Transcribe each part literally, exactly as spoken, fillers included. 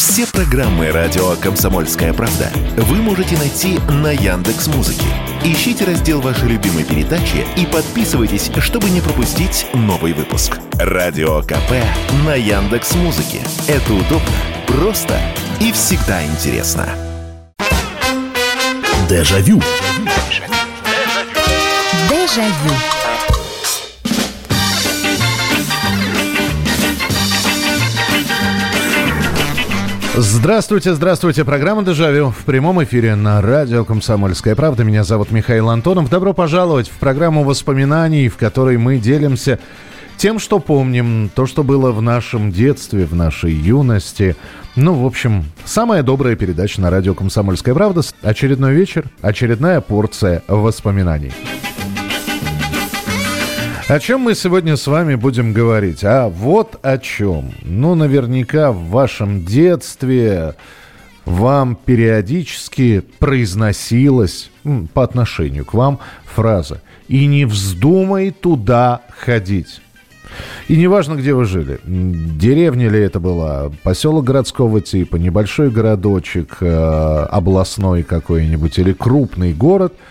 Все программы радио «Комсомольская правда» вы можете найти на Яндекс.Музыке. Ищите раздел вашей любимой передачи и подписывайтесь, чтобы не пропустить новый выпуск. Радио КП на Яндекс.Музыке. Это удобно, просто и всегда интересно. Дежавю. Дежавю. Здравствуйте, здравствуйте. Программа «Дежавю» в прямом эфире на радио «Комсомольская правда». Меня зовут Михаил Антонов. Добро пожаловать в программу воспоминаний, в которой мы делимся тем, что помним, то, что было в нашем детстве, в нашей юности. Ну, в общем, самая добрая передача на радио «Комсомольская правда». Очередной вечер, очередная порция воспоминаний. О чем мы сегодня с вами будем говорить? А вот о чем. Ну, наверняка в вашем детстве вам периодически произносилась по отношению к вам фраза «И не вздумай туда ходить». И неважно, где вы жили. Деревня ли это была, поселок городского типа, небольшой городочек, областной какой-нибудь или крупный город –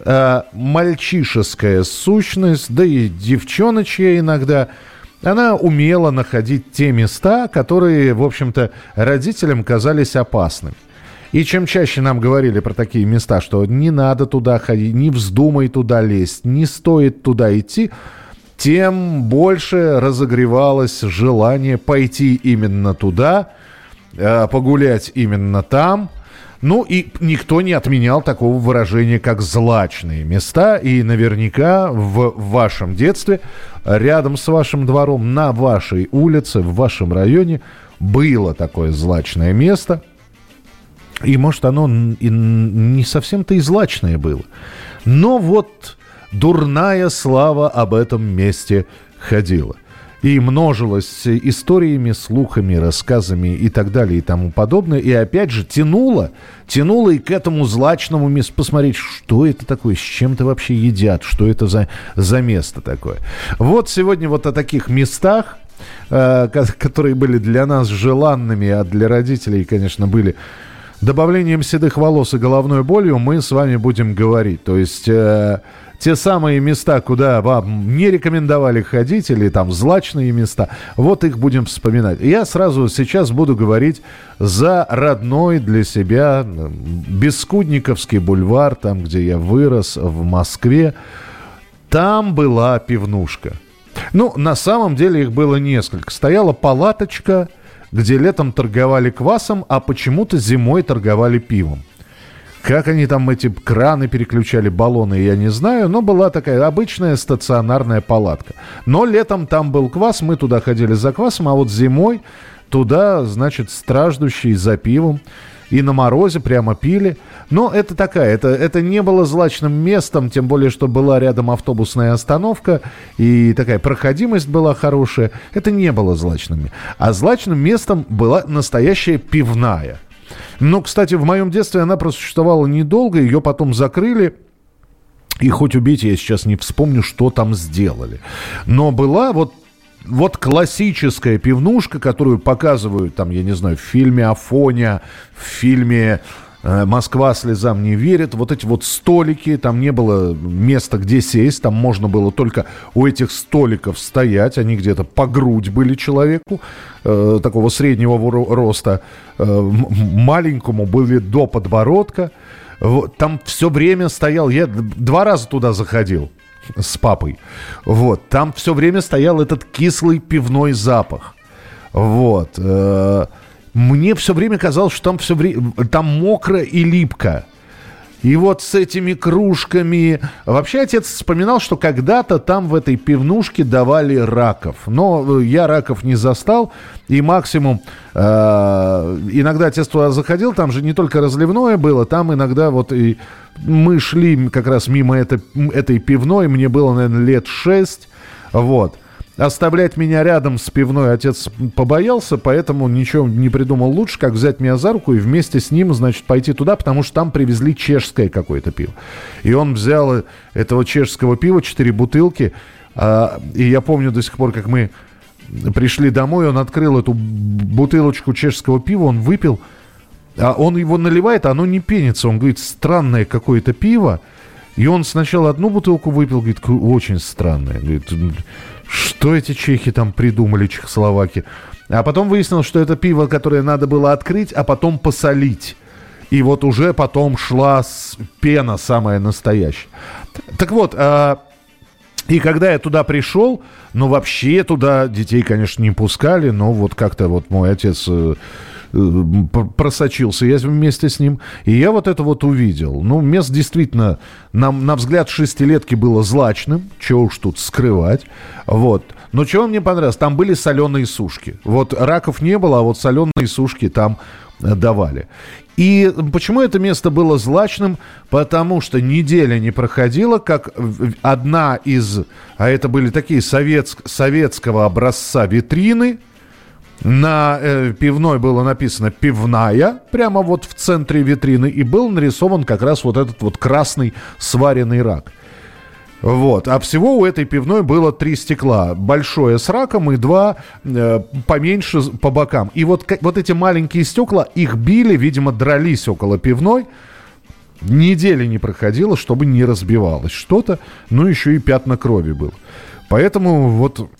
мальчишеская сущность, да и девчоночья иногда, она умела находить те места, которые, в общем-то, родителям казались опасными. И чем чаще нам говорили про такие места, что не надо туда ходить, не вздумай туда лезть, не стоит туда идти, тем больше разогревалось желание пойти именно туда, погулять именно там. Ну и никто не отменял такого выражения, как «злачные места». И наверняка в вашем детстве, рядом с вашим двором, на вашей улице, в вашем районе было такое злачное место. И, может, оно и не совсем-то и злачное было. Но вот дурная слава об этом месте ходила. И множилась историями, слухами, рассказами и так далее и тому подобное. И опять же тянуло, тянуло и к этому злачному месту. Посмотреть, что это такое, с чем-то вообще едят, что это за, за место такое. Вот сегодня вот о таких местах, э, которые были для нас желанными, а для родителей, конечно, были добавлением седых волос и головной болью, мы с вами будем говорить. То есть... Э, Те самые места, куда вам не рекомендовали ходить, или там злачные места, вот их будем вспоминать. Я сразу сейчас буду говорить за родной для себя Бескудниковский бульвар, там, где я вырос, в Москве. Там была пивнушка. Ну, на самом деле их было несколько. Стояла палаточка, где летом торговали квасом, а почему-то зимой торговали пивом. Как они там эти краны переключали, баллоны, я не знаю, но была такая обычная стационарная палатка. Но летом там был квас, мы туда ходили за квасом, а вот зимой туда, значит, страждущие за пивом и на морозе прямо пили. Но это такая, это, это не было злачным местом, тем более, что была рядом автобусная остановка, и такая проходимость была хорошая. Это не было злачным. А злачным местом была настоящая пивная. Но, кстати, в моем детстве она просуществовала недолго, ее потом закрыли. И хоть убейте, я сейчас не вспомню, что там сделали. Но была вот, вот классическая пивнушка, которую показывают, там, я не знаю, в фильме «Афоня», в фильме «Москва слезам не верит». Вот эти вот столики, там не было места, где сесть, там можно было только у этих столиков стоять. Они где-то по грудь были человеку, э, такого среднего роста. Э, маленькому были до подбородка. Вот, там все время стоял, я два раза туда заходил с папой. Вот, там все время стоял этот кислый пивной запах. Вот, э, мне все время казалось, что там все время там мокро и липко. И вот с этими кружками... Вообще отец вспоминал, что когда-то там в этой пивнушке давали раков. Но я раков не застал. И максимум... Э, иногда отец туда заходил, там же не только разливное было, там иногда вот и... Мы шли как раз мимо этой, этой пивной, мне было, наверное, лет шесть. Вот. Оставлять меня рядом с пивной отец побоялся, поэтому ничего не придумал лучше, как взять меня за руку и вместе с ним, значит, пойти туда, потому что там привезли чешское какое-то пиво. И он взял этого чешского пива, четыре бутылки, и я помню до сих пор, как мы пришли домой, он открыл эту бутылочку чешского пива, он выпил, а он его наливает, а оно не пенится. Он говорит, странное какое-то пиво. И он сначала одну бутылку выпил, говорит, очень странное. Говорит, что эти чехи там придумали, чехословаки? А потом выяснилось, что это пиво, которое надо было открыть, а потом посолить. И вот уже потом шла пена самая настоящая. Так вот, а, и когда я туда пришел, ну вообще туда детей, конечно, не пускали, но вот как-то вот мой отец э, э, просочился, я вместе с ним, и я вот это вот увидел. Ну, место действительно, на, на взгляд шестилетки было злачным, чего уж тут скрывать, вот. Но чего мне понравилось, там были соленые сушки. Вот раков не было, а вот соленые сушки там давали. И почему это место было злачным? Потому что неделя не проходила, как одна из, а это были такие советск, советского образца витрины, на э, пивной было написано «пивная», прямо вот в центре витрины, и был нарисован как раз вот этот вот красный сваренный рак. Вот. А всего у этой пивной было три стекла. Большое с раком и два э, поменьше по бокам. И вот, вот эти маленькие стекла, их били, видимо, дрались около пивной. Недели не проходило, чтобы не разбивалось что-то. Ну, еще и пятна крови было. Поэтому вот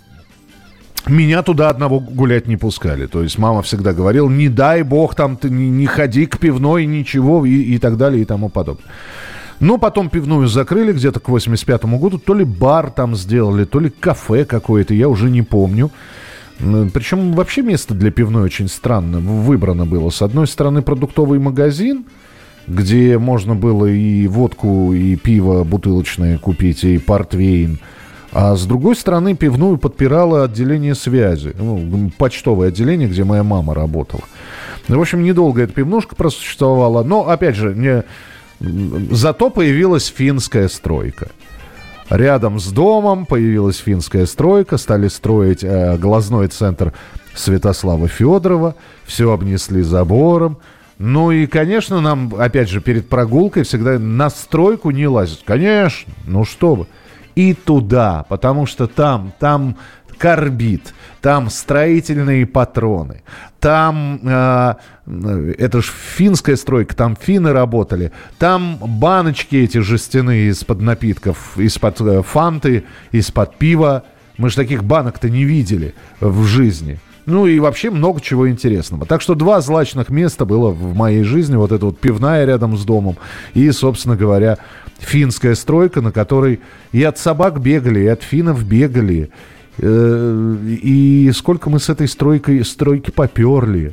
меня туда одного гулять не пускали. То есть мама всегда говорила, не дай бог, там ты не, не ходи к пивной, ничего, и, и так далее, и тому подобное. Но потом пивную закрыли где-то к восемьдесят пятому году. То ли бар там сделали, то ли кафе какое-то, я уже не помню. Причем вообще место для пивной очень странно выбрано было. С одной стороны продуктовый магазин, где можно было и водку, и пиво бутылочное купить, и портвейн. А с другой стороны пивную подпирало отделение связи. Ну, почтовое отделение, где моя мама работала. В общем, недолго эта пивнушка просуществовала. Но, опять же, не... Зато появилась финская стройка. Рядом с домом появилась финская стройка. Стали строить э, глазной центр Святослава Федорова. Все обнесли забором. Ну и, конечно, нам, опять же, перед прогулкой всегда на стройку не лазить. Конечно, ну что вы. И туда, потому что там, там карбид, там строительные патроны, там, э, это ж финская стройка, там финны работали, там баночки эти жестяные из-под напитков, из-под э, фанты, из-под пива. Мы же таких банок-то не видели в жизни. Ну и вообще много чего интересного. Так что два злачных места было в моей жизни. Вот эта вот пивная рядом с домом и, собственно говоря, финская стройка, на которой и от собак бегали, и от финнов бегали. И сколько мы с этой стройкой, стройки поперли.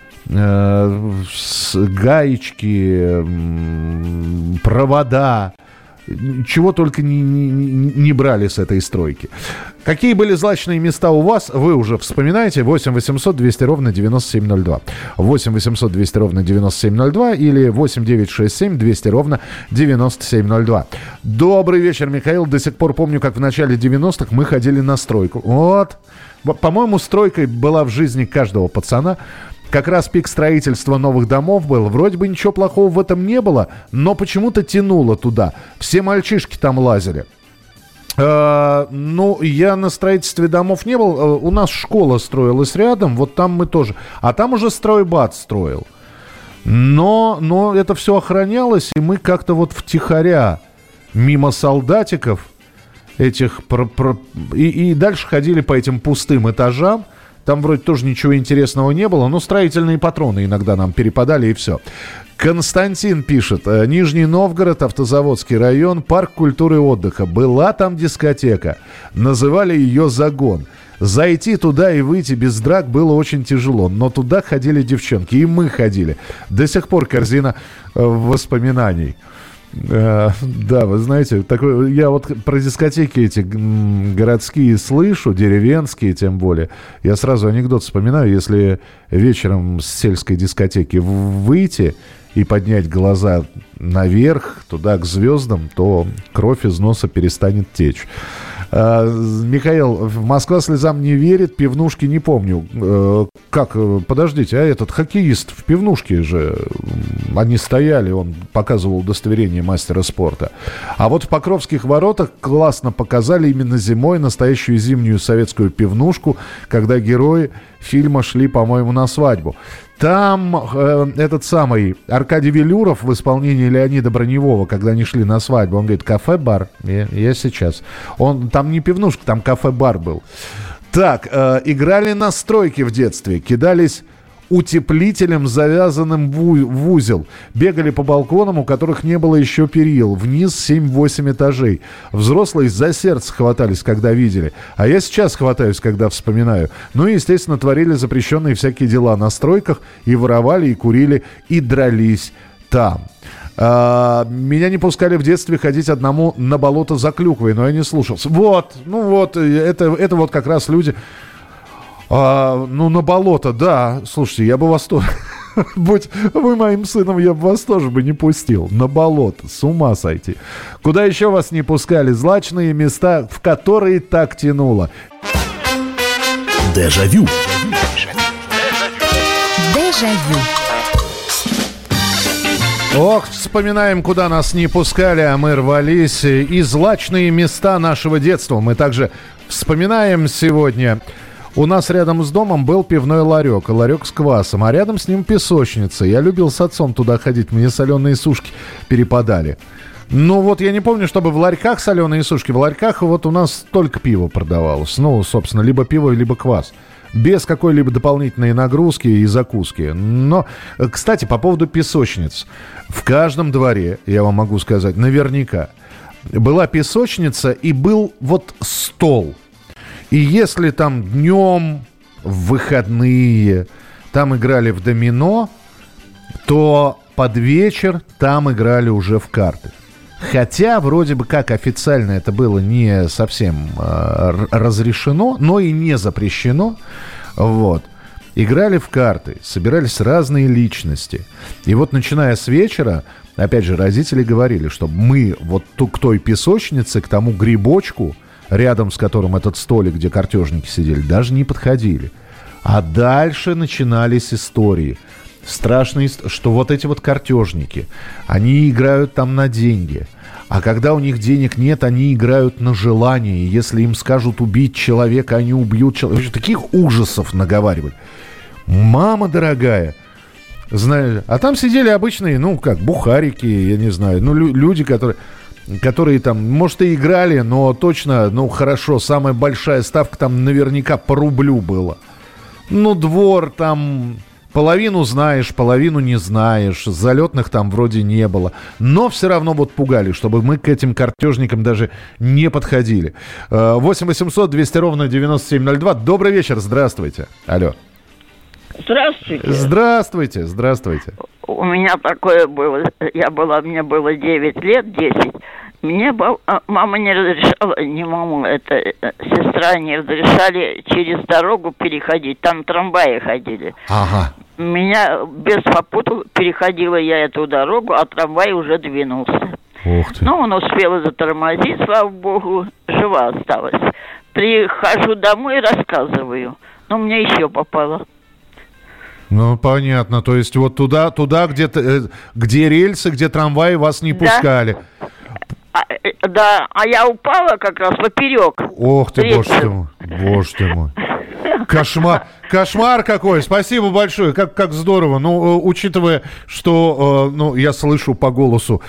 С гаечки, провода. Чего только не, не, не брали с этой стройки. Какие были злачные места у вас, вы уже вспоминаете. восемь восемьсот двести ровно девяносто семь ноль два. восемь восемьсот двести ровно девяносто семь ноль два или восемь девятьсот шестьдесят семь двести ровно девяносто семь ноль два. Добрый вечер, Михаил. До сих пор помню, как в начале девяностых мы ходили на стройку. Вот. По-моему, стройкой была в жизни каждого пацана. Как раз пик строительства новых домов был. Вроде бы ничего плохого в этом не было, но почему-то тянуло туда. Все мальчишки там лазили. Э, ну, я на строительстве домов не был. Э, у нас школа строилась рядом, вот там мы тоже. А там уже стройбат строил. Но, но это все охранялось, и мы как-то вот втихаря мимо солдатиков этих... Про, про, и, и дальше ходили по этим пустым этажам. Там вроде тоже ничего интересного не было, но строительные патроны иногда нам перепадали, и все. Константин пишет. Нижний Новгород, Автозаводский район, парк культуры и отдыха. Была там дискотека. Называли ее «Загон». Зайти туда и выйти без драк было очень тяжело, но туда ходили девчонки, и мы ходили. До сих пор корзина воспоминаний. Uh, да, вы знаете, такой, я вот про дискотеки эти м, городские слышу, деревенские тем более. Я сразу анекдот вспоминаю, если вечером с сельской дискотеки выйти и поднять глаза наверх, туда к звездам, то кровь из носа перестанет течь. Uh, Михаил, Москва слезам не верит, пивнушки не помню. Uh, как, подождите, а этот хоккеист в пивнушке же Они стояли, он показывал удостоверение мастера спорта. А вот в Покровских воротах классно показали именно зимой настоящую зимнюю советскую пивнушку, когда герои фильма шли, по-моему, на свадьбу. Там э, этот самый Аркадий Велюров в исполнении Леонида Броневого, когда они шли на свадьбу, он говорит: кафе-бар, я, я сейчас. Он, там не пивнушка, там кафе-бар был. Так, э, играли на стройке в детстве, кидались утеплителем, завязанным в узел. Бегали по балконам, у которых не было еще перил. Вниз семь-восемь этажей. Взрослые за сердце хватались, когда видели. А я сейчас хватаюсь, когда вспоминаю. Ну и, естественно, творили запрещенные всякие дела на стройках. И воровали, и курили, и дрались там. А, меня не пускали в детстве ходить одному на болото за клюквой, но я не слушался. Вот, ну вот, это, это вот как раз люди... А, ну, на болото, да. Слушайте, я бы вас тоже... Будь вы моим сыном, я бы вас тоже бы не пустил. На болото. С ума сойти. Куда еще вас не пускали? Злачные места, в которые так тянуло. Дежавю. Дежавю. Ох, вспоминаем, куда нас не пускали, а мы рвались. И злачные места нашего детства. Мы также вспоминаем сегодня... У нас рядом с домом был пивной ларек, ларек с квасом, а рядом с ним песочница. Я любил с отцом туда ходить, мне соленые сушки перепадали. Ну вот я не помню, чтобы в ларьках соленые сушки. В ларьках вот у нас только пиво продавалось. Ну, собственно, либо пиво, либо квас. Без какой-либо дополнительной нагрузки и закуски. Но, кстати, по поводу песочниц. В каждом дворе, я вам могу сказать, наверняка, была песочница и был вот стол. И если там днем, в выходные, там играли в домино, то под вечер там играли уже в карты. Хотя вроде бы как официально это было не совсем э, разрешено, но и не запрещено. Вот. Играли в карты, собирались разные личности. И вот начиная с вечера, опять же, родители говорили, что мы вот к той песочнице, к тому грибочку, рядом с которым этот столик, где картежники сидели, даже не подходили. А дальше начинались истории. Страшные, что вот эти вот картежники, они играют там на деньги. А когда у них денег нет, они играют на желание. И если им скажут убить человека, они убьют человека. Таких ужасов наговаривали. Мама дорогая. Знаешь, а там сидели обычные, ну как, бухарики, я не знаю, ну лю- люди, которые... которые там, может, и играли, но точно, ну, хорошо, самая большая ставка там наверняка по рублю была. Ну, двор там, половину знаешь, половину не знаешь, залетных там вроде не было. Но все равно вот пугали, чтобы мы к этим картежникам даже не подходили. восемь восемьсот двести ровно девяносто семь ноль два. Добрый вечер, здравствуйте. Алло. Здравствуйте. Здравствуйте, здравствуйте. У меня такое было, я была, мне было девять лет, десять. Мне баб, мама не разрешала, не мама, это сестра не разрешали через дорогу переходить, там трамваи ходили. Ага. Меня без попутал, переходила я эту дорогу, а трамвай уже двинулся. Ух ты. Ну, он успел затормозить, слава богу, жива осталась. Прихожу домой и рассказываю, но мне еще попало. Ну, понятно. То есть вот туда, туда где, где рельсы, где трамваи вас не пускали. Да. А, да, а я упала как раз поперек. Ох ты, рельсы. боже ты мой. Боже ты мой. Кошмар, кошмар какой. Спасибо большое. Как, как здорово. Ну, учитывая, что, ну, я слышу по голосу,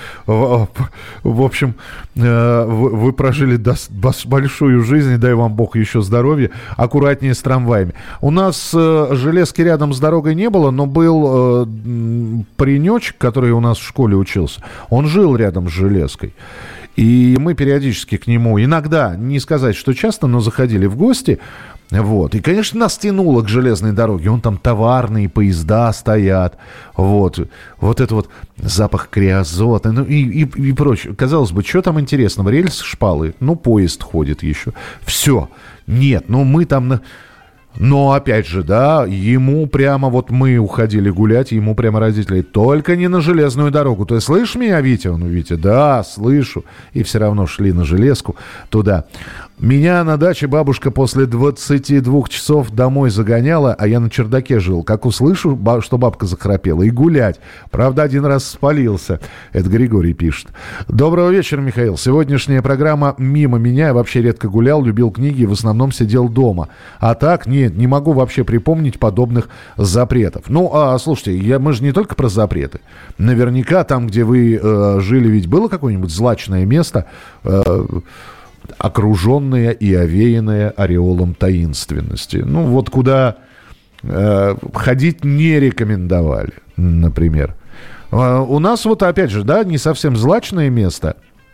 в общем, вы, вы прожили большую жизнь, дай вам Бог еще здоровья, аккуратнее с трамваями. У нас железки рядом с дорогой не было, но был паренечек, который у нас в школе учился. Он жил рядом с железкой. И мы периодически к нему, иногда, не сказать, что часто, но заходили в гости. Вот. И, конечно, нас тянуло к железной дороге. Он там товарные поезда стоят. Вот. Вот это вот запах криозота. Ну и, и, и прочее. Казалось бы, что там интересного? Рельсы, шпалы. Ну, поезд ходит еще. Все. Нет, ну мы там... На... Но, опять же, да, ему прямо вот мы уходили гулять, ему прямо родители, только не на железную дорогу. Ты слышишь меня, Витя? Он, Витя, да, слышу. И все равно шли на железку туда. Меня на даче бабушка после двадцати двух часов домой загоняла, а я на чердаке жил. Как услышу, что бабка захрапела, и гулять. Правда, один раз спалился. Это Григорий пишет. Доброго вечера, Михаил. Сегодняшняя программа мимо меня. Я вообще редко гулял, любил книги и в основном сидел дома. А так, нет, не могу вообще припомнить подобных запретов. Ну, а слушайте, я, мы же не только про запреты. Наверняка там, где вы э, жили, ведь было какое-нибудь злачное место, э, окруженное и овеянное ореолом таинственности. Ну, вот куда э, ходить не рекомендовали, например. Э, у нас вот, опять же, да, не совсем злачное место,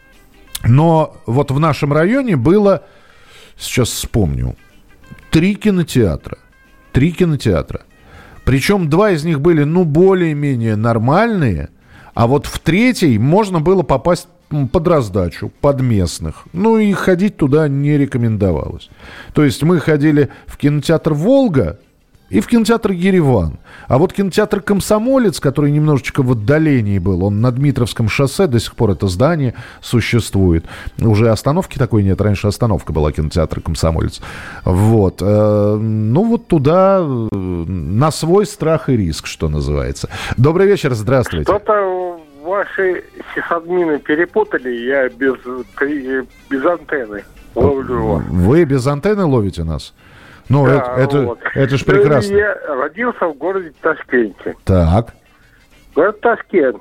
но вот в нашем районе было, сейчас вспомню, три кинотеатра. Три кинотеатра. Причем два из них были, ну, более-менее нормальные, а вот в третий можно было попасть под раздачу, под местных. Ну и ходить туда не рекомендовалось. То есть мы ходили в кинотеатр «Волга» и в кинотеатр «Ереван». А вот кинотеатр «Комсомолец», который немножечко в отдалении был, он на Дмитровском шоссе, до сих пор это здание существует. Уже остановки такой нет, раньше остановка была кинотеатра «Комсомолец». Вот. Ну вот туда на свой страх и риск, что называется. Добрый вечер, здравствуйте. Что-то ваши сисадмины перепутали, я без, без антенны ловлю вас. Вы без антенны ловите нас? Ну, да, это, вот. это, это ж прекрасно. Я родился в городе Ташкенте. Так. Город Ташкент.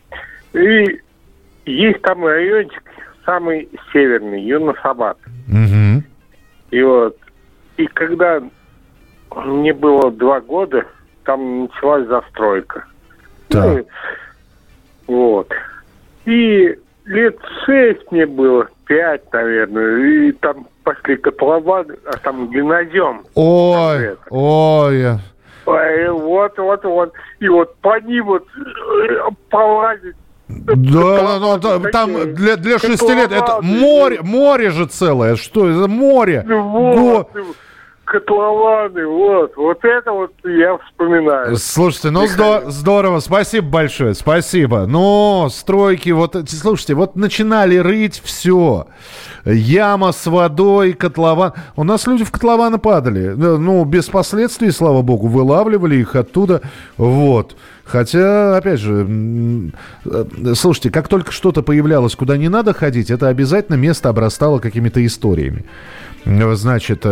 И есть там райончик, самый северный, Юнус-Абад. Угу. И вот, и когда мне было два года, там началась застройка. Так. Ну, вот. И лет шесть мне было, пять, наверное, и там пошли котлованы, а там гимназиум. Ой, ой. Ой, вот, вот, вот. И вот по ним вот полазить. Да, ну, там, там для, для шести лет это море, море же целое. Что это? Море. Вот. Го... Котлованы, вот. Вот это вот я вспоминаю. Слушайте, ну здор- здорово. Спасибо большое. Спасибо. Ну, стройки, вот, слушайте, вот начинали рыть все. Яма с водой, котлован. У нас люди в котлованы падали. Ну, без последствий, слава богу, вылавливали их оттуда. Вот. Хотя, опять же, слушайте, как только что-то появлялось, куда не надо ходить, это обязательно место обрастало какими-то историями. Значит,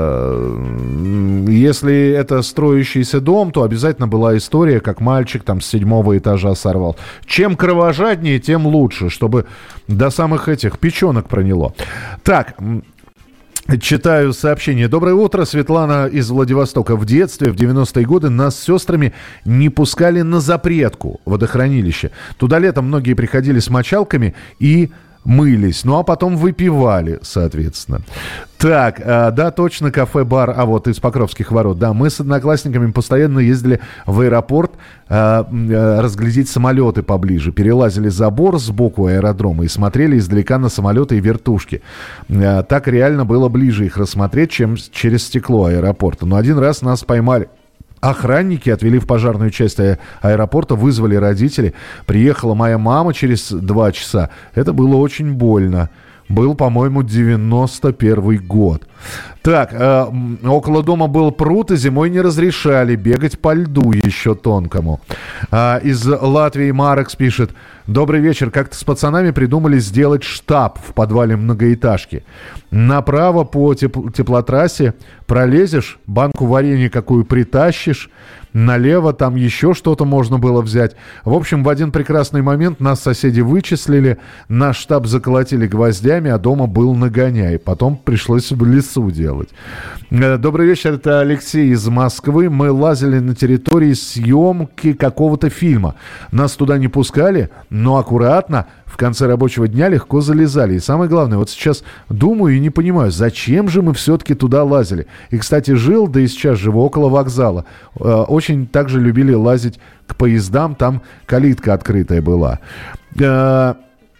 если это строящийся дом, то обязательно была история, как мальчик там с седьмого этажа сорвал. Чем кровожаднее, тем лучше, чтобы до самых этих печенок проняло. Так, читаю сообщение. Доброе утро, Светлана из Владивостока. В детстве, в девяностые годы, нас с сестрами не пускали на запретку, водохранилище. Туда летом многие приходили с мочалками и мылись, ну а потом выпивали, соответственно. Так, э, да, точно, кафе-бар, а вот из Покровских ворот, да, мы с одноклассниками постоянно ездили в аэропорт э, э, разглядеть самолеты поближе, перелазили забор сбоку аэродрома и смотрели издалека на самолеты и вертушки. Э, так реально было ближе их рассмотреть, чем через стекло аэропорта. Но один раз нас поймали. Охранники отвели в пожарную часть аэропорта, вызвали родителей. Приехала моя мама через два часа. Это было очень больно. Был, по-моему, девяносто первый год. Так, э, около дома был пруд, и зимой не разрешали бегать по льду еще тонкому. Э, из Латвии Марекс пишет. Добрый вечер. Как-то с пацанами придумали сделать штаб в подвале многоэтажки. Направо по тепл- теплотрассе пролезешь, банку варенья какую притащишь, налево там еще что-то можно было взять. В общем, в один прекрасный момент нас соседи вычислили, наш штаб заколотили гвоздями, а дома был нагоняй. Потом пришлось в лесу делать. Добрый вечер, это Алексей из Москвы. Мы лазили на территории съемки какого-то фильма. Нас туда не пускали, но аккуратно в конце рабочего дня легко залезали. И самое главное, вот сейчас думаю и не понимаю, зачем же мы все-таки туда лазили. И, кстати, жил, да и сейчас живу около вокзала. Очень также любили лазить к поездам, там калитка открытая была.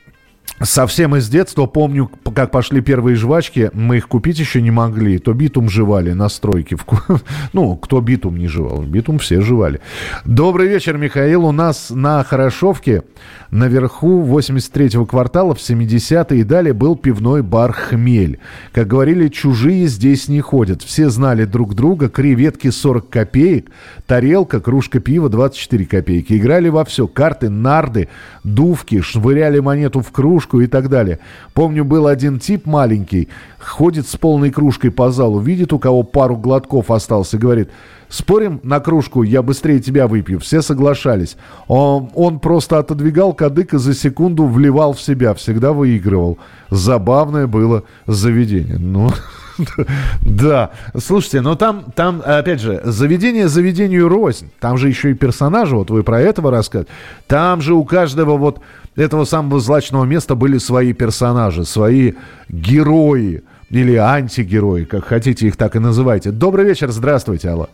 Совсем из детства помню, как пошли первые жвачки, мы их купить еще не могли, то битум жевали на стройке. Ну, кто битум не жевал, битум все жевали. Добрый вечер, Михаил. У нас на Хорошовке наверху восемьдесят третьего квартала в семидесятые и далее был пивной бар «Хмель». Как говорили, чужие здесь не ходят. Все знали друг друга, креветки сорок копеек, тарелка, кружка пива двадцать четыре копейки. Играли во все, карты, нарды, дувки, швыряли монету в кружку и так далее. Помню, был один тип маленький, ходит с полной кружкой по залу, видит, у кого пару глотков осталось, и говорит: спорим на кружку, я быстрее тебя выпью. Все соглашались. Он, он просто отодвигал кадык и за секунду вливал в себя, всегда выигрывал. Забавное было заведение. Ну, да. Слушайте, но там, там, опять же, заведение заведению рознь. Там же еще и персонажи, вот вы про этого рассказываете. Там же у каждого вот этого самого злачного места были свои персонажи, свои герои или антигерои, как хотите их так и называйте. Добрый вечер, здравствуйте, алло.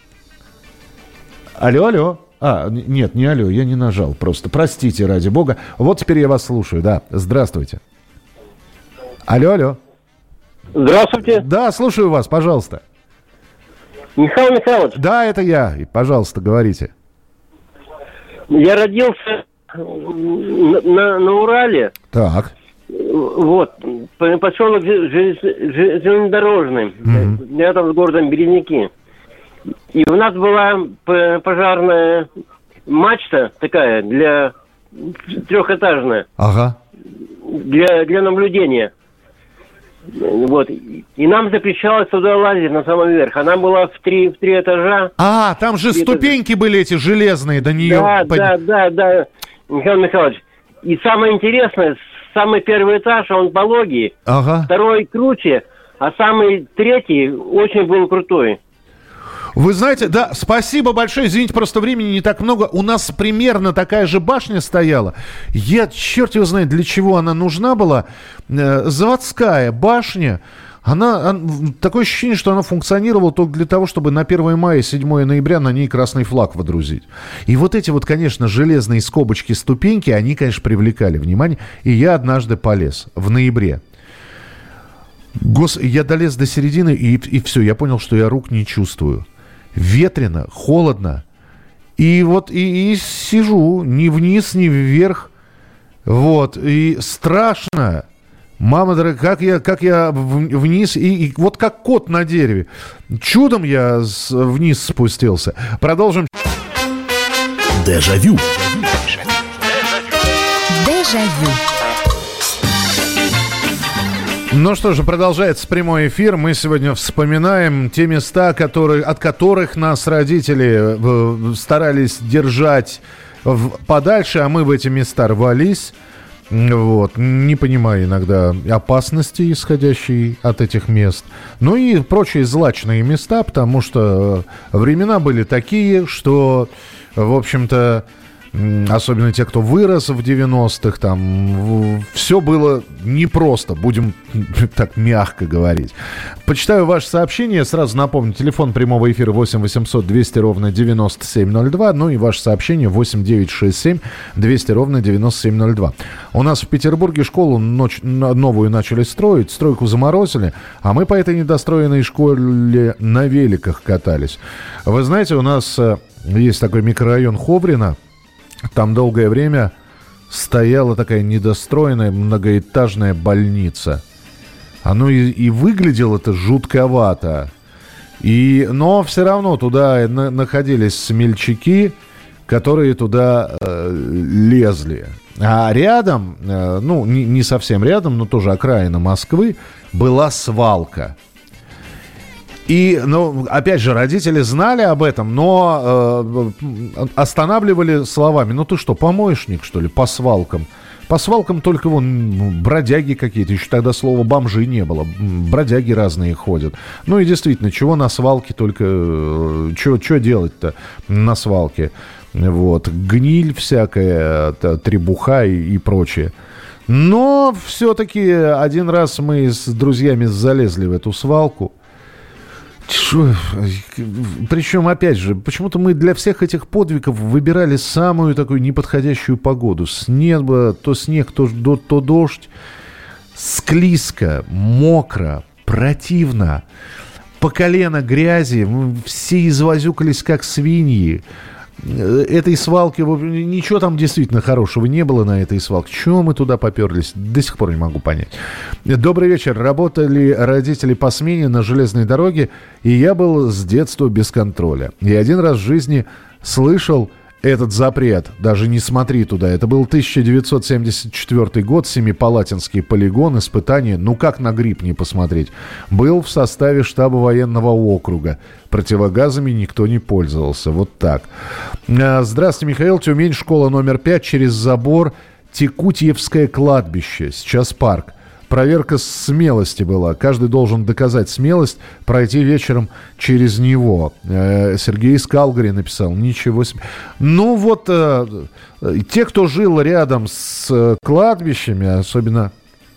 Алло, алло. А, нет, не алло, я не нажал просто. Простите, ради бога. Вот теперь я вас слушаю, да. Здравствуйте. Алло, алло. Здравствуйте. Да, слушаю вас, пожалуйста. Михаил Михайлович. Да, это я. Пожалуйста, говорите. Я родился на, на, на Урале. Так. Вот. Поселок железнодорожный. Mm-hmm. Рядом с городом Березники. И у нас была пожарная мачта такая, для трехэтажная. Ага. Для, для наблюдения. Вот. И нам запрещалось туда лазить на самый верх. Она была в три, в три этажа. А, там же ступеньки этажа. Были эти железные до нее. Да, под... да, да, да, Михаил Михайлович. И самое интересное, самый первый этаж, он пологий. Ага. Второй круче, а самый третий очень был крутой. Вы знаете, да, спасибо большое, извините, просто времени не так много. У нас примерно такая же башня стояла. Я, черт его знает, для чего она нужна была. Э, заводская башня. Она, она, такое ощущение, что она функционировала только для того, чтобы на первое мая и седьмое ноября на ней красный флаг водрузить. И вот эти вот, конечно, железные скобочки, ступеньки, они, конечно, привлекали внимание. И я однажды полез в ноябре. Гос... Я долез до середины, и, и все, я понял, что я рук не чувствую. Ветрено, холодно. И вот и, и сижу ни вниз, ни вверх. Вот. И страшно. Мама дорогая, как я, как я вниз. И, и вот как кот на дереве. Чудом я с, вниз спустился. Продолжим. Дежавю. Дежавю. Ну что же, продолжается прямой эфир. Мы сегодня вспоминаем те места, которые, от которых нас родители старались держать в, подальше, а мы в эти места рвались. Вот. Не понимая иногда опасности, исходящей от этих мест. Ну и прочие злачные места, потому что времена были такие, что, в общем-то, особенно те, кто вырос в девяностых, там все было непросто, будем так мягко говорить. Почитаю ваше сообщение, сразу напомню, телефон прямого эфира восемь восемьсот двести ровно девяносто семь ноль два, ну и ваше сообщение восемь девятьсот шестьдесят семь двести ровно девяносто семь ноль два. У нас в Петербурге школу ночь, новую начали строить, стройку заморозили, а мы по этой недостроенной школе на великах катались. Вы знаете, у нас есть такой микрорайон Ховрино. Там долгое время стояла такая недостроенная многоэтажная больница. Оно и, и выглядело это жутковато. И, но все равно туда на, находились смельчаки, которые туда э, лезли. А рядом, э, ну не, не совсем рядом, но тоже окраина Москвы, была свалка. И, ну, опять же, родители знали об этом, но э, останавливали словами: ну ты что, помоечник, что ли, по свалкам? По свалкам только вон бродяги какие-то, еще тогда слова бомжи не было, бродяги разные ходят. Ну и действительно, чего на свалке только, что делать-то на свалке? Вот, гниль всякая, требуха и, и прочее. Но все-таки один раз мы с друзьями залезли в эту свалку. Причем, опять же, почему-то мы для всех этих подвигов выбирали самую такую неподходящую погоду. С неба то снег, то, то дождь. Склизко, мокро, противно. По колено грязи. Все извозюкались, как свиньи. Этой свалки, ничего там действительно хорошего не было на этой свалке. Чего мы туда поперлись, до сих пор не могу понять. Добрый вечер. Работали родители по смене на железной дороге, и я был с детства без контроля. И один раз в жизни слышал этот запрет. Даже не смотри туда. Это был тысяча девятьсот семьдесят четвёртый год, Семипалатинский полигон, испытание. Ну как на грипп не посмотреть? Был в составе штаба военного округа. Противогазами никто не пользовался. Вот так. Здравствуйте, Михаил. Тюмень, школа номер пять, через забор. Текутьевское кладбище. Сейчас парк. Проверка смелости была. Каждый должен доказать смелость, пройти вечером через него. Сергей из Калгари написал. Ничего себе. Ну вот, те, кто жил рядом с кладбищами, особенно,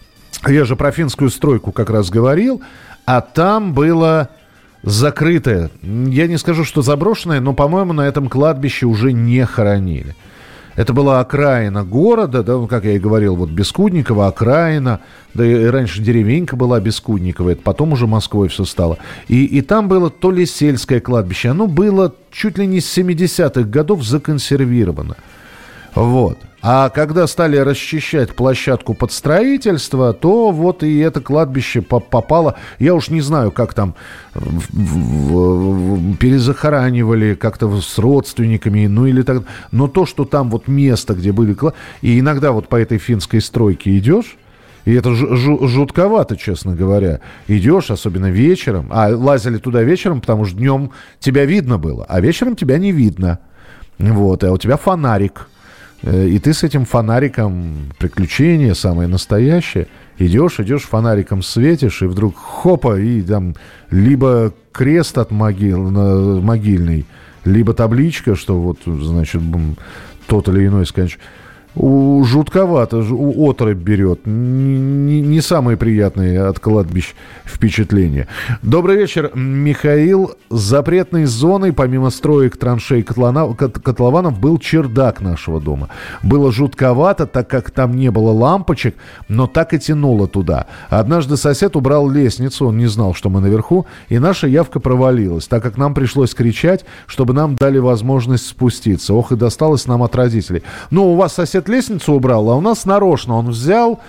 я же про финскую стройку как раз говорил, а там было закрытое. Я не скажу, что заброшенное, но, по-моему, на этом кладбище уже не хоронили. Это была окраина города, да, как я и говорил, вот Бескудниково, окраина, да и раньше деревенька была Бескудниково, это потом уже Москвой все стало. И, и там было то ли сельское кладбище, оно было чуть ли не с семидесятых годов законсервировано. Вот. А когда стали расчищать площадку под строительство, то вот и это кладбище попало, я уж не знаю, как там в, в, в, перезахоранивали как-то с родственниками, ну или так. Но то, что там вот место, где были кладбища, и иногда вот по этой финской стройке идешь, и это жутковато, честно говоря. Идешь, особенно вечером, а лазили туда вечером, потому что днем тебя видно было, а вечером тебя не видно. Вот, а у тебя фонарик. И ты с этим фонариком, приключение самое настоящее, идешь, идешь, фонариком светишь, и вдруг хопа, и там либо крест от могил, могильный, либо табличка, что вот, значит, тот или иной сканч. У, жутковато, у отрыбь берет. Не, не, не самые приятные от кладбищ впечатления. Добрый вечер, Михаил. Запретной зоной, помимо строек, траншей, котлованов, был чердак нашего дома. Было жутковато, так как там не было лампочек, но так и тянуло туда. Однажды сосед убрал лестницу, он не знал, что мы наверху, и наша явка провалилась, так как нам пришлось кричать, чтобы нам дали возможность спуститься. Ох, и досталось нам от родителей. Ну, у вас сосед лестницу убрал, а у нас нарочно он взял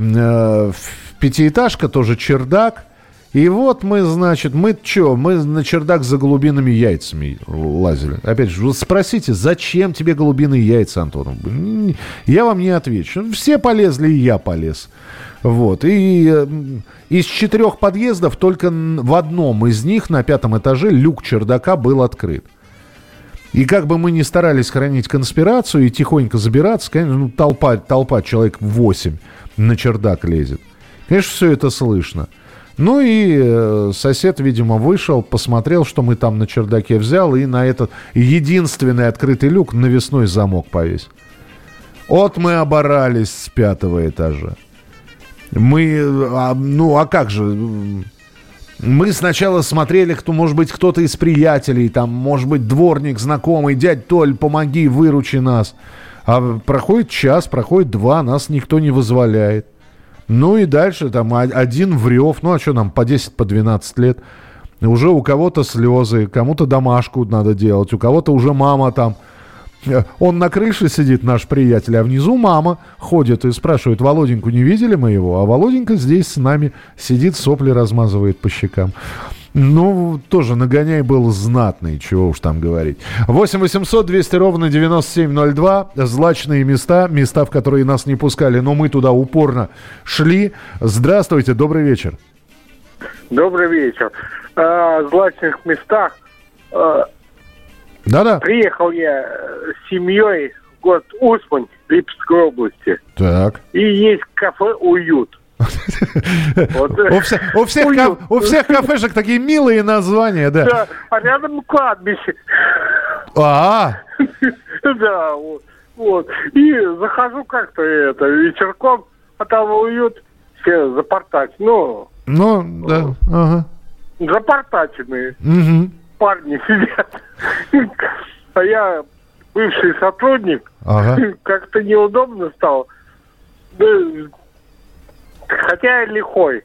э, пятиэтажка, тоже чердак, и вот мы, значит, мы что, мы на чердак за голубиными яйцами лазили. Опять же, спросите, зачем тебе голубиные яйца, Антон? Я вам не отвечу. Все полезли, и я полез. Вот. И э, из четырех подъездов только в одном из них, на пятом этаже, люк чердака был открыт. И как бы мы ни старались хранить конспирацию и тихонько забираться, конечно, ну, толпа, толпа, человек восемь на чердак лезет. Конечно, все это слышно. Ну и э, сосед, видимо, вышел, посмотрел, что мы там на чердаке, взял, и на этот единственный открытый люк навесной замок повесил. Вот мы оборались с пятого этажа. Мы, а, ну а как же... Мы сначала смотрели, кто, может быть, кто-то из приятелей, там, может быть, дворник, знакомый, дядь Толь, помоги, выручи нас. А проходит час, проходит два, нас никто не вызволяет. Ну и дальше там один врёв, ну а что нам, по десять, по двенадцать лет. Уже у кого-то слезы, кому-то домашку надо делать, у кого-то уже мама там. Он на крыше сидит, наш приятель, а внизу мама ходит и спрашивает: Володеньку не видели мы его? А Володенька здесь с нами сидит, сопли размазывает по щекам. Ну, тоже нагоняй был знатный, чего уж там говорить. восемь восемьсот двести ровно девяносто семь ноль два. Злачные места, места, в которые нас не пускали, но мы туда упорно шли. Здравствуйте, добрый вечер. Добрый вечер. А, в злачных местах... А... Да-да. Приехал я с семьей в город Усмань, Липецкой области. Так. И есть кафе «Уют». У всех кафешек такие милые названия, да. Да, а рядом кладбище. А. Да, вот. И захожу как-то это вечерком, а там «Уют», все запортать. Ну, ну, да, ага. запортаченные угу. парни сидят. А я бывший сотрудник, ага. как-то неудобно стало. Хотя я лихой.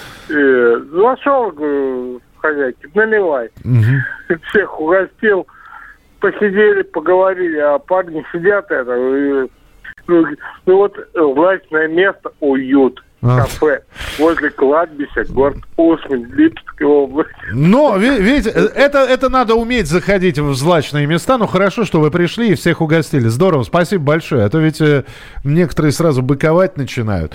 Зашел, говорю, хозяйки, наливай. Угу. Всех угостил. Посидели, поговорили, а парни сидят это. И, ну, ну вот властное место, уют. Кафе возле кладбища, город Усмань, Липецкой области. Но, видите, это, это надо уметь заходить в злачные места. Ну, хорошо, что вы пришли и всех угостили. Здорово, спасибо большое. А то ведь э, некоторые сразу быковать начинают.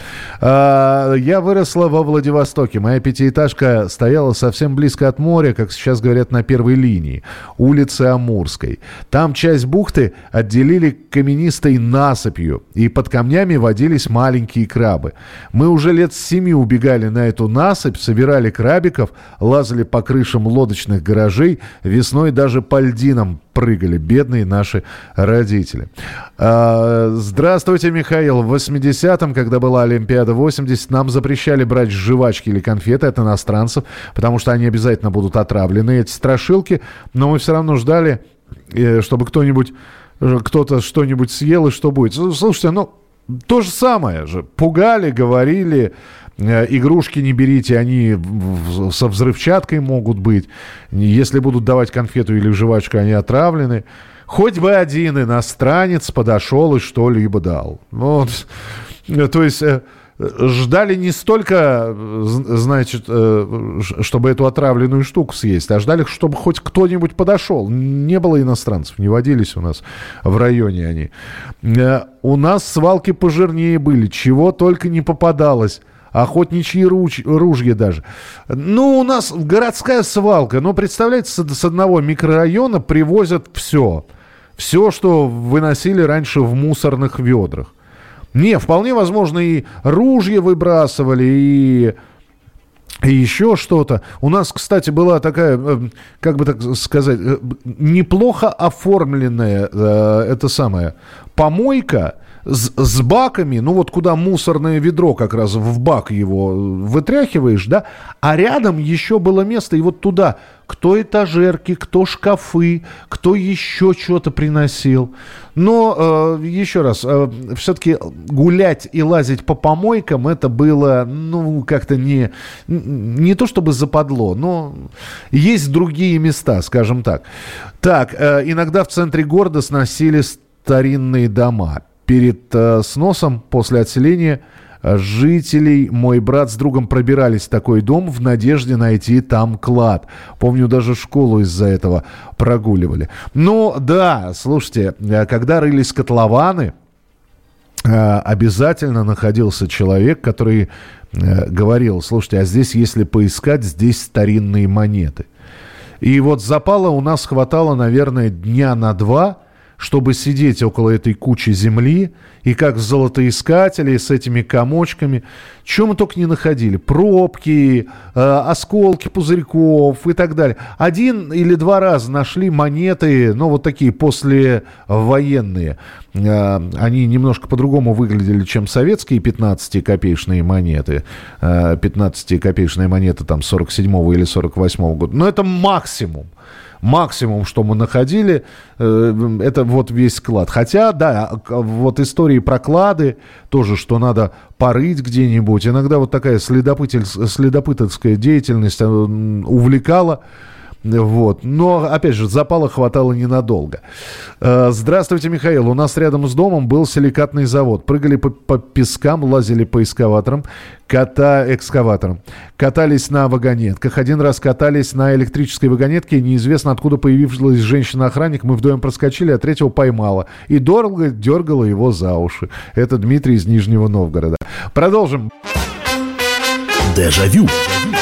А, я выросла во Владивостоке. Моя пятиэтажка стояла совсем близко от моря, как сейчас говорят, на первой линии. Улицы Амурской. Там часть бухты отделили каменистой насыпью. И под камнями водились маленькие крабы. Мы уже лет с семи убегали на эту насыпь, собирали крабиков, лазали по крышам лодочных гаражей, весной даже по льдинам прыгали, бедные наши родители. А, здравствуйте, Михаил. В восьмидесятом, когда была Олимпиада восемьдесят, нам запрещали брать жвачки или конфеты от иностранцев, потому что они обязательно будут отравлены, эти страшилки, но мы все равно ждали, чтобы кто-нибудь, кто-то что-нибудь съел, и что будет. Слушайте, ну, то же самое же. Пугали, говорили, э, игрушки не берите, они в, в, со взрывчаткой могут быть. Если будут давать конфету или жвачку, они отравлены. Хоть бы один иностранец подошел и что-либо дал. Вот. То есть э, ждали не столько, значит, э, чтобы эту отравленную штуку съесть, а ждали, чтобы хоть кто-нибудь подошел. Не было иностранцев, не водились у нас в районе они. Э, у нас свалки пожирнее были, чего только не попадалось. Охотничьи руч, ружья даже. Ну, у нас городская свалка. Но, представляете, с, с одного микрорайона привозят все. Все, что выносили раньше в мусорных ведрах. Не, вполне возможно, и ружья выбрасывали, и, и еще что-то. У нас, кстати, была такая, как бы так сказать, неплохо оформленная, это самое, помойка с, с баками, ну вот куда мусорное ведро как раз в бак его вытряхиваешь, да, а рядом еще было место, и вот туда кто этажерки, кто шкафы, кто еще что-то приносил. Но, э, еще раз, э, все-таки гулять и лазить по помойкам, это было, ну, как-то не, не то чтобы западло, но есть другие места, скажем так. Так, э, иногда в центре города сносили старинные дома. Перед э, сносом, после отселения жителей, мой брат с другом пробирались в такой дом в надежде найти там клад. Помню, даже школу из-за этого прогуливали. Ну, да, слушайте, когда рылись котлованы, обязательно находился человек, который говорил: слушайте, а здесь, если поискать, здесь старинные монеты. И вот запала у нас хватало, наверное, дня на два, чтобы сидеть около этой кучи земли, и как золотоискатели с этими комочками, чего мы только не находили. Пробки, э, осколки пузырьков и так далее. Один или два раза нашли монеты, ну, вот такие послевоенные. Э, они немножко по-другому выглядели, чем советские пятнадцатикопеечные монеты. Э, пятнадцатикопеечная монета там сорок седьмого или сорок восьмого года. Но это максимум. Максимум, что мы находили, э, это вот весь клад. Хотя, да, вот истории про клады, тоже, что надо порыть где-нибудь. Иногда вот такая следопытская деятельность увлекала. Вот. Но, опять же, запала хватало ненадолго. Здравствуйте, Михаил. У нас рядом с домом был силикатный завод. Прыгали по, по пескам, лазили по экскаваторам, ката... экскаваторам. Катались на вагонетках. Один раз катались на электрической вагонетке. Неизвестно, откуда появилась женщина-охранник. Мы вдвоем проскочили, а третьего поймала. И долго дергала его за уши. Это Дмитрий из Нижнего Новгорода. Продолжим. Дежавю.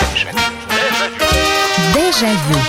Дежавю.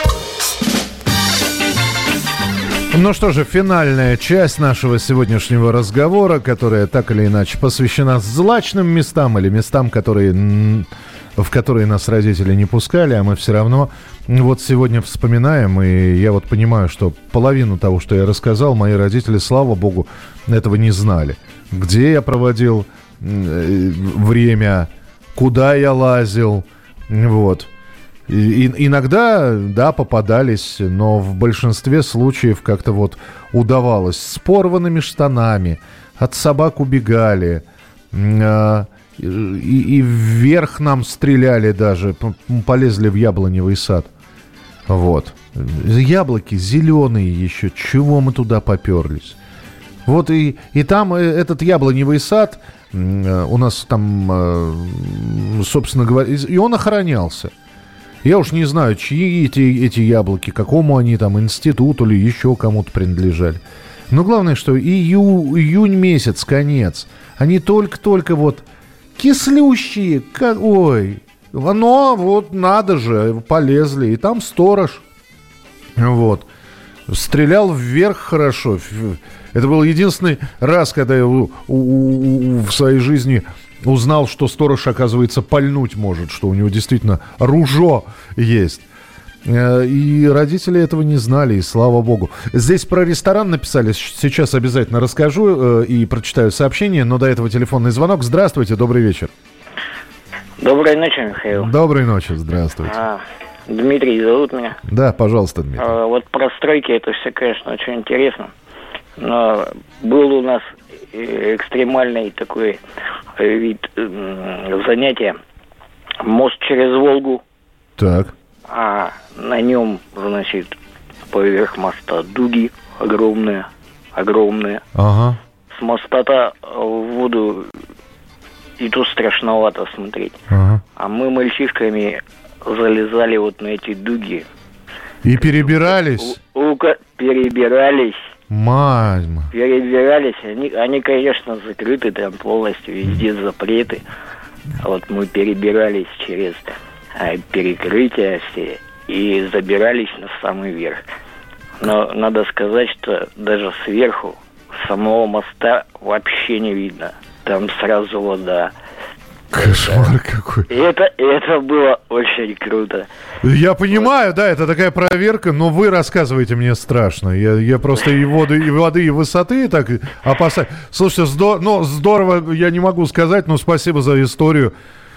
Ну что же, финальная часть нашего сегодняшнего разговора, которая так или иначе посвящена злачным местам или местам, которые, в которые нас родители не пускали, а мы все равно вот сегодня вспоминаем, и я вот понимаю, что половину того, что я рассказал, мои родители, слава богу, этого не знали. Где я проводил время, куда я лазил, вот. И, иногда, да, попадались, но в большинстве случаев как-то вот удавалось. С порванными штанами, от собак убегали, э, и, и вверх нам стреляли даже, полезли в яблоневый сад. Вот. Яблоки зеленые еще, чего мы туда поперлись? Вот и, и там этот яблоневый сад, у нас там, собственно говоря, и он охранялся. Я уж не знаю, чьи эти, эти яблоки, какому они там институту или еще кому-то принадлежали. Но главное, что ию, июнь месяц, конец. Они только-только вот кислющие, как, ой, но вот надо же, полезли. И там сторож, вот, стрелял вверх хорошо. Это был единственный раз, когда я у, у, у, в своей жизни узнал, что сторож, оказывается, пальнуть может, что у него действительно ружье есть. И родители этого не знали, и слава богу. Здесь про ресторан написали, сейчас обязательно расскажу и прочитаю сообщение, но до этого телефонный звонок. Здравствуйте, добрый вечер. Доброй ночи, Михаил. Доброй ночи, здравствуйте. А, Дмитрий зовут меня. Да, пожалуйста, Дмитрий. А, вот про стройки это все, конечно, очень интересно. Но был у нас экстремальный такой вид э, занятия. Мост через Волгу. Так. А на нем, значит, поверх моста дуги огромные, огромные. Ага. С моста-то в воду и тут страшновато смотреть. Ага. А мы мальчишками залезали вот на эти дуги. И перебирались? У, у, перебирались. Мама. Перебирались. Они, они, конечно, закрыты там полностью, везде запреты. А вот мы перебирались через а, перекрытия все и забирались на самый верх. Но надо сказать, что даже сверху самого моста вообще не видно. Там сразу вода. Кошмар это, какой. И это, и это было очень круто. Я понимаю, вот. Да, это такая проверка, но вы рассказываете, мне страшно. Я, я просто и воды, и воды, и высоты так опасаюсь. Слушайте, здор- ну, здорово, я не могу сказать, но спасибо за историю.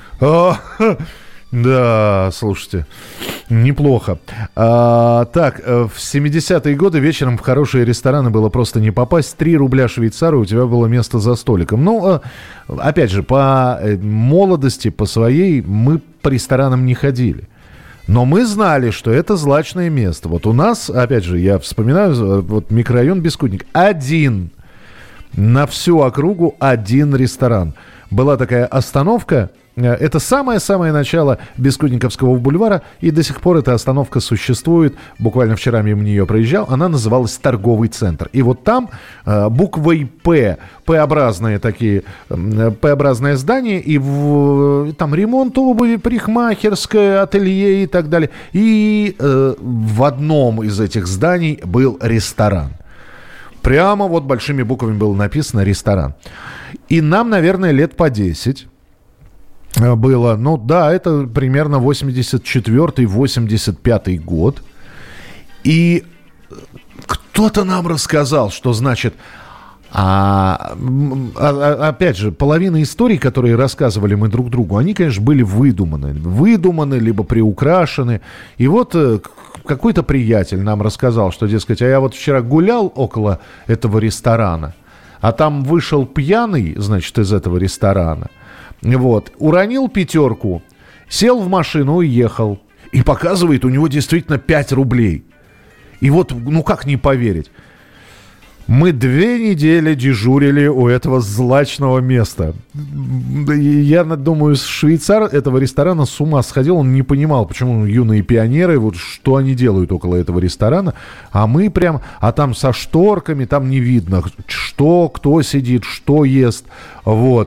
Да, слушайте, неплохо. А, так, в семидесятые годы вечером в хорошие рестораны было просто не попасть. три рубля швейцара, у тебя было место за столиком. Ну, опять же, по молодости, по своей, мы по ресторанам не ходили. Но мы знали, что это злачное место. Вот у нас, опять же, я вспоминаю, вот микрорайон Бескудник. Один, на всю округу один ресторан. Была такая остановка. Это самое-самое начало Бескудниковского бульвара, и до сих пор эта остановка существует. Буквально вчера мимо нее проезжал. Она называлась «Торговый центр». И вот там э, буквой «П», П-образные такие, э, П-образное здание, и в, там ремонт обуви, парикмахерская, ателье и так далее. И э, в одном из этих зданий был ресторан. Прямо вот большими буквами было написано «Ресторан». И нам, наверное, лет по десять было. Ну да, это примерно восемьдесят четвёртый восемьдесят пятый год. И кто-то нам рассказал, что значит... А, а, опять же, половина историй, которые рассказывали мы друг другу, они, конечно, были выдуманы. Выдуманы, либо приукрашены. И вот какой-то приятель нам рассказал, что, дескать, а я вот вчера гулял около этого ресторана, а там вышел пьяный, значит, из этого ресторана. Вот, уронил пятерку, сел в машину и ехал. И показывает, у него действительно пять рублей. И вот, ну как не поверить? Мы две недели дежурили у этого злачного места. Я думаю, швейцар этого ресторана с ума сходил. Он не понимал, почему юные пионеры, вот что они делают около этого ресторана. А мы прям, а там со шторками, там не видно, что, кто сидит, что ест. Вот.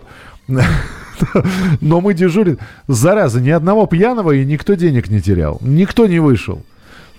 Но мы дежурили. Зараза, ни одного пьяного, и никто денег не терял. Никто не вышел.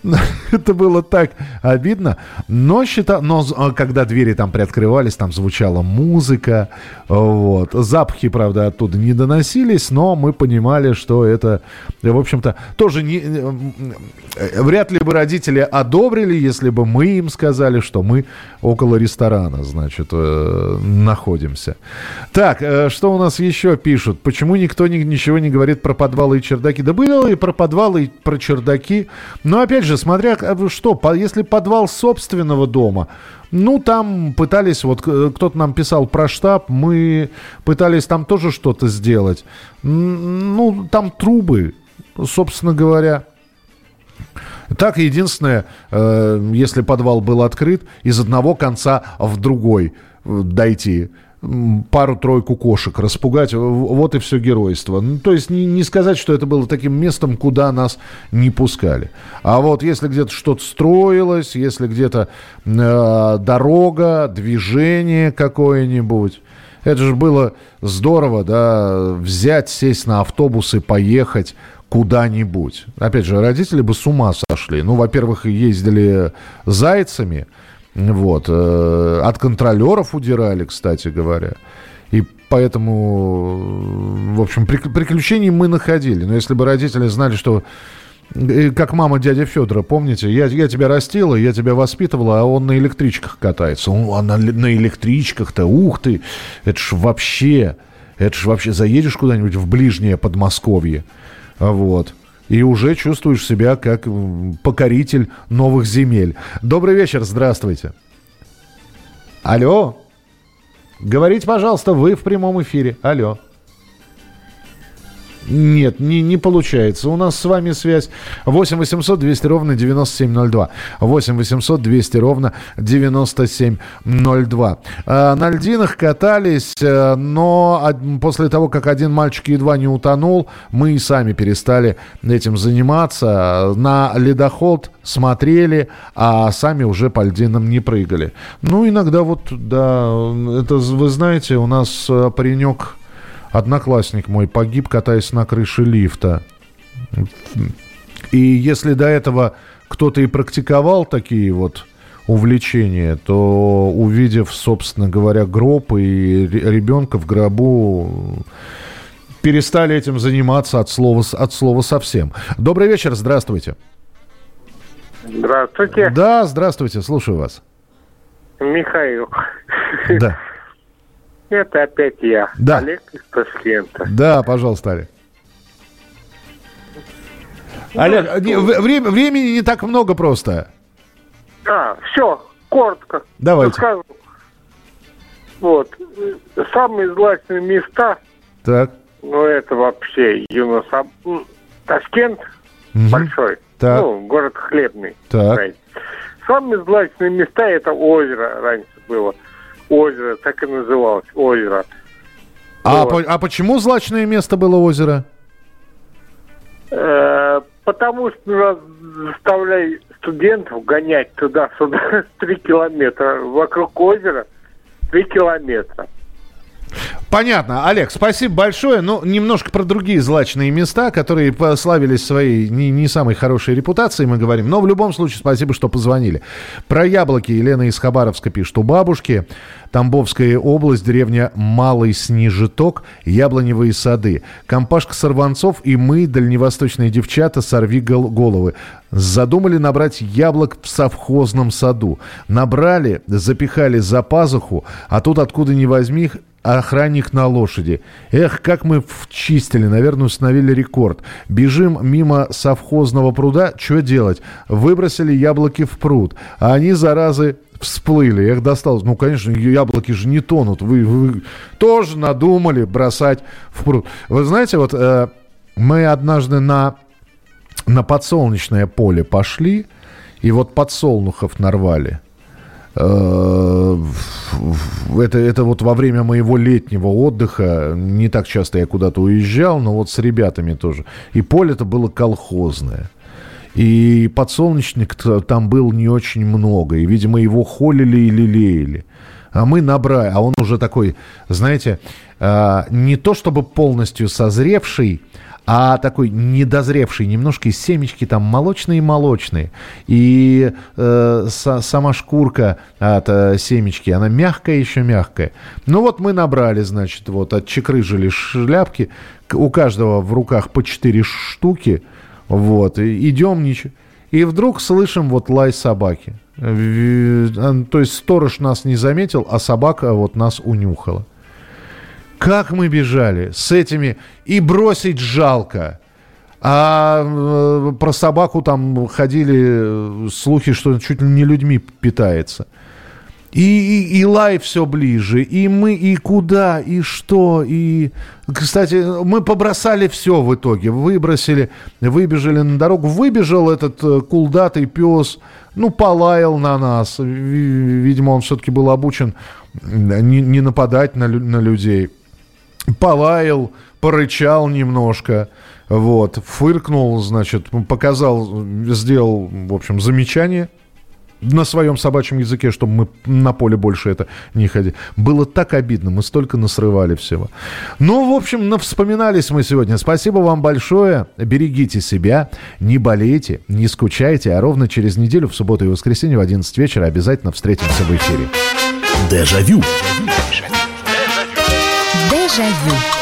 Это было так обидно. Но, считал, но когда двери там приоткрывались, там звучала музыка. Вот. Запахи, правда, оттуда не доносились, но мы понимали, что это, в общем-то, тоже не... Вряд ли бы родители одобрили, если бы мы им сказали, что мы около ресторана, значит, находимся. Так, что у нас еще пишут? Почему никто ничего не говорит про подвалы и чердаки? Да было и про подвалы, и про чердаки. Но, опять же, смотря что, если подвал собственного дома, ну, там пытались, вот кто-то нам писал про штаб, мы пытались там тоже что-то сделать. Ну, там трубы, собственно говоря. Так, единственное, если подвал был открыт, из одного конца в другой дойти. Пару-тройку кошек распугать, вот и все геройство. Ну, то есть не, не сказать, что это было таким местом, куда нас не пускали. А вот если где-то что-то строилось, если где-то э, дорога, движение какое-нибудь, это же было здорово, да, взять, сесть на автобус и поехать куда-нибудь. Опять же, родители бы с ума сошли. Ну, во-первых, ездили зайцами. Вот. От контролеров удирали, кстати говоря. И поэтому, в общем, приключений мы находили. Но если бы родители знали, что... Как мама дяди Федора, помните? Я, я тебя растила, я тебя воспитывала, а он на электричках катается. Он, а на, на электричках-то, ух ты! Это ж вообще... Это ж вообще заедешь куда-нибудь в ближнее Подмосковье. Вот. И уже чувствуешь себя как покоритель новых земель. Добрый вечер, здравствуйте. Алло. Говорите, пожалуйста, вы в прямом эфире. Алло. Нет, не, не получается. У нас с вами связь восемь восемьсот двести ровно девяносто семь ноль два. восемь восемьсот двести ровно девяносто семь ноль два. А, на льдинах катались, но после того, как один мальчик едва не утонул, мы и сами перестали этим заниматься. На ледоход смотрели, а сами уже по льдинам не прыгали. Ну, иногда вот, да, это, вы знаете, у нас паренек... Одноклассник мой погиб, катаясь на крыше лифта. И если до этого кто-то и практиковал такие вот увлечения, то, увидев, собственно говоря, гроб и ребенка в гробу, перестали этим заниматься от слова, от слова совсем. Добрый вечер, здравствуйте. Здравствуйте. Да, здравствуйте, слушаю вас. Михаил. Да. Это опять я, да. Олег из Ташкента. Да, пожалуйста, Олег. Ну, Олег, не, время, времени не так много просто. А, все, коротко. Давайте. Расскажу. Вот. Самые злачные места. Так. Ну, это вообще Юнус. Ташкент угу. большой. Так. Ну, город хлебный. Так. Знаете. Самые злачные места — это озеро раньше было. Озеро, так и называлось, озеро. А, вот. по, а почему злачное место было озеро? Э, потому что нас заставляли студентов гонять туда-сюда три километра. Вокруг озера три километра. Понятно. Олег, спасибо большое. Ну, немножко про другие злачные места, которые прославились своей не, не самой хорошей репутацией, мы говорим. Но в любом случае, спасибо, что позвонили. Про яблоки Елена из Хабаровска пишет. У бабушки, Тамбовская область, деревня Малый Снежиток, яблоневые сады. Компашка сорванцов и мы, дальневосточные девчата, сорви головы. Задумали набрать яблок в совхозном саду. Набрали, запихали за пазуху, а тут откуда ни возьми охранник на лошади. Эх, как мы вчистили, наверное, установили рекорд. Бежим мимо совхозного пруда, что делать? Выбросили яблоки в пруд, а они, заразы, всплыли. Эх, досталось. Ну, конечно, яблоки же не тонут. Вы, вы тоже надумали бросать в пруд. Вы знаете, вот э, мы однажды на, на подсолнечное поле пошли, и вот подсолнухов нарвали. Это, это вот во время моего летнего отдыха. Не так часто я куда-то уезжал, но вот с ребятами тоже. И поле-то было колхозное. И подсолнечник там был не очень много. И, видимо, его холили и лелеяли. А мы набрали, а он уже такой, знаете, не то чтобы полностью созревший, а такой недозревший, немножко из семечки там молочные-молочные. И э, с, сама шкурка от э, семечки, она мягкая, еще мягкая. Ну вот мы набрали, значит, вот отчекрыжили шляпки. У каждого в руках по четыре штуки. Вот, и идем, ничего. И вдруг слышим вот лай собаки. То есть сторож нас не заметил, а собака вот нас унюхала. Как мы бежали с этими, и бросить жалко. А э, про собаку там ходили слухи, что чуть ли не людьми питается. И, и, и лай все ближе, и мы, и куда, и что, и... Кстати, мы побросали все в итоге, выбросили, выбежали на дорогу, выбежал этот э, кулдатый пес, ну, полаял на нас, видимо, он все-таки был обучен не, не нападать на, на людей. Полаял, порычал немножко, вот, фыркнул, значит, показал, сделал, в общем, замечание на своем собачьем языке, чтобы мы на поле больше это не ходили. Было так обидно, мы столько насрывали всего. Ну, в общем, навспоминались мы сегодня. Спасибо вам большое, берегите себя, не болейте, не скучайте, а ровно через неделю, в субботу и воскресенье в одиннадцать вечера обязательно встретимся в эфире. Дежавю. Дежавю.